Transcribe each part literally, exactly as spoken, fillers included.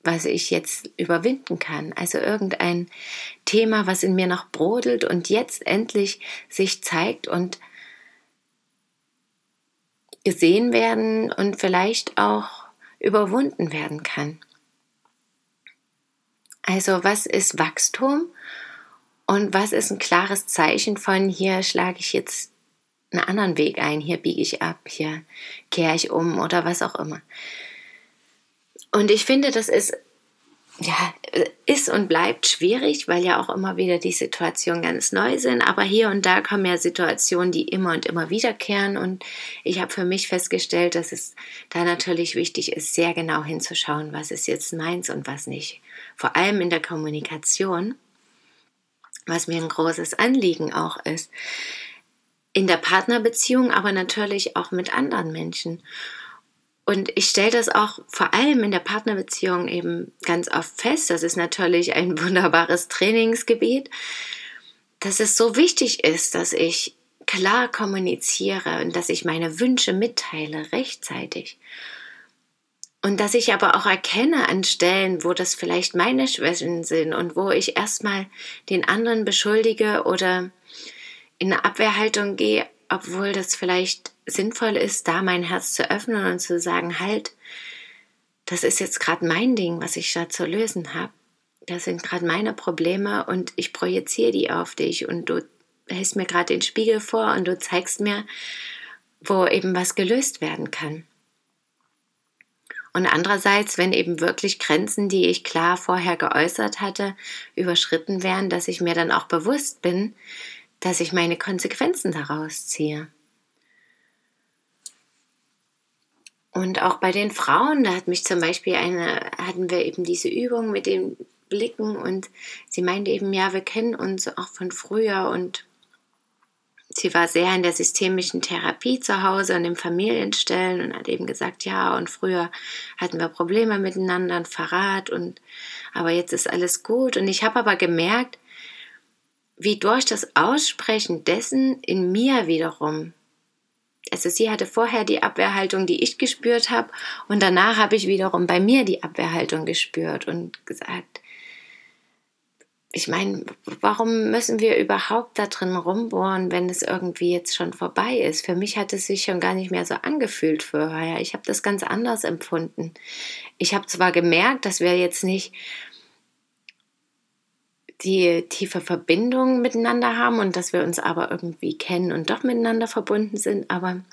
was ich jetzt überwinden kann. Also irgendein Thema, was in mir noch brodelt und jetzt endlich sich zeigt und gesehen werden und vielleicht auch überwunden werden kann. Also was ist Wachstum und was ist ein klares Zeichen von, hier schlage ich jetzt einen anderen Weg ein, hier biege ich ab, hier kehre ich um oder was auch immer. Und ich finde, das ist, ja, ist und bleibt schwierig, weil ja auch immer wieder die Situationen ganz neu sind. Aber hier und da kommen ja Situationen, die immer und immer wiederkehren. Und ich habe für mich festgestellt, dass es da natürlich wichtig ist, sehr genau hinzuschauen, was ist jetzt meins und was nicht. Vor allem in der Kommunikation, was mir ein großes Anliegen auch ist. In der Partnerbeziehung, aber natürlich auch mit anderen Menschen. Und ich stelle das auch vor allem in der Partnerbeziehung eben ganz oft fest. Das ist natürlich ein wunderbares Trainingsgebiet, dass es so wichtig ist, dass ich klar kommuniziere und dass ich meine Wünsche mitteile rechtzeitig. Und dass ich aber auch erkenne an Stellen, wo das vielleicht meine Schwächen sind und wo ich erstmal den anderen beschuldige oder in eine Abwehrhaltung gehe, obwohl das vielleicht sinnvoll ist, da mein Herz zu öffnen und zu sagen, halt, das ist jetzt gerade mein Ding, was ich da zu lösen habe. Das sind gerade meine Probleme und ich projiziere die auf dich und du hältst mir gerade den Spiegel vor und du zeigst mir, wo eben was gelöst werden kann. Und andererseits, wenn eben wirklich Grenzen, die ich klar vorher geäußert hatte, überschritten werden, dass ich mir dann auch bewusst bin, dass ich meine Konsequenzen daraus ziehe. Und auch bei den Frauen, da hat mich zum Beispiel eine, hatten wir eben diese Übung mit den Blicken und sie meinte eben, ja, wir kennen uns auch von früher und sie war sehr in der systemischen Therapie zu Hause und im Familienstellen und hat eben gesagt, ja, und früher hatten wir Probleme miteinander, ein Verrat und aber jetzt ist alles gut. Und ich habe aber gemerkt, wie durch das Aussprechen dessen in mir wiederum, also sie hatte vorher die Abwehrhaltung, die ich gespürt habe und danach habe ich wiederum bei mir die Abwehrhaltung gespürt und gesagt, ich meine, warum müssen wir überhaupt da drin rumbohren, wenn es irgendwie jetzt schon vorbei ist? Für mich hat es sich schon gar nicht mehr so angefühlt vorher. Ich habe das ganz anders empfunden. Ich habe zwar gemerkt, dass wir jetzt nicht die tiefe Verbindung miteinander haben und dass wir uns aber irgendwie kennen und doch miteinander verbunden sind, aber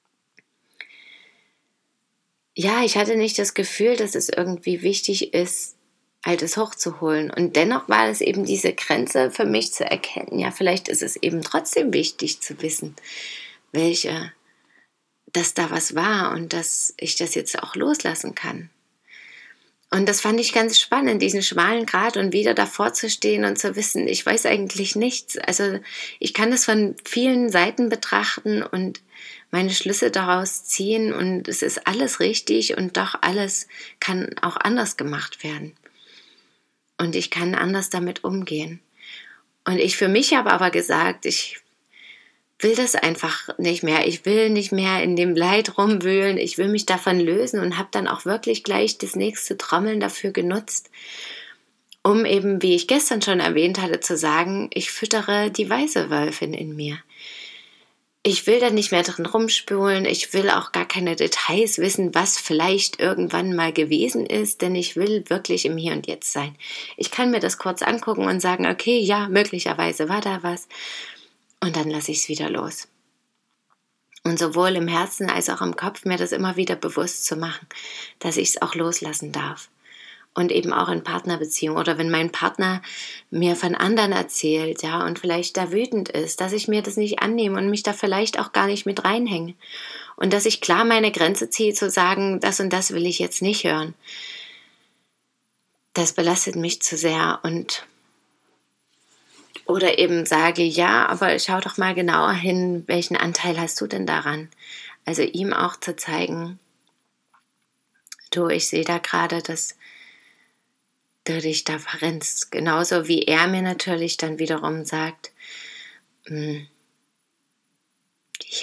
ja, ich hatte nicht das Gefühl, dass es irgendwie wichtig ist, Altes hochzuholen. Und dennoch war es eben diese Grenze für mich zu erkennen. Ja, vielleicht ist es eben trotzdem wichtig zu wissen, welche, dass da was war und dass ich das jetzt auch loslassen kann. Und das fand ich ganz spannend, diesen schmalen Grat und wieder davor zu stehen und zu wissen, ich weiß eigentlich nichts. Also ich kann das von vielen Seiten betrachten und meine Schlüsse daraus ziehen und es ist alles richtig und doch alles kann auch anders gemacht werden. Und ich kann anders damit umgehen. Und ich für mich habe aber gesagt, ich will das einfach nicht mehr. Ich will nicht mehr in dem Leid rumwühlen. Ich will mich davon lösen und habe dann auch wirklich gleich das nächste Trommeln dafür genutzt, um eben, wie ich gestern schon erwähnt hatte, zu sagen, ich füttere die weiße Wölfin in mir. Ich will da nicht mehr drin rumspulen, ich will auch gar keine Details wissen, was vielleicht irgendwann mal gewesen ist, denn ich will wirklich im Hier und Jetzt sein. Ich kann mir das kurz angucken und sagen, okay, ja, möglicherweise war da was und dann lasse ich es wieder los. Und sowohl im Herzen als auch im Kopf mir das immer wieder bewusst zu machen, dass ich es auch loslassen darf. Und eben auch in Partnerbeziehungen oder wenn mein Partner mir von anderen erzählt, ja, und vielleicht da wütend ist, dass ich mir das nicht annehme und mich da vielleicht auch gar nicht mit reinhänge. Und dass ich klar meine Grenze ziehe, zu sagen, das und das will ich jetzt nicht hören. Das belastet mich zu sehr und oder eben sage, ja, aber schau doch mal genauer hin, welchen Anteil hast du denn daran? Also ihm auch zu zeigen, du, ich sehe da gerade, dass du dich da verrennst. Genauso wie er mir natürlich dann wiederum sagt, hier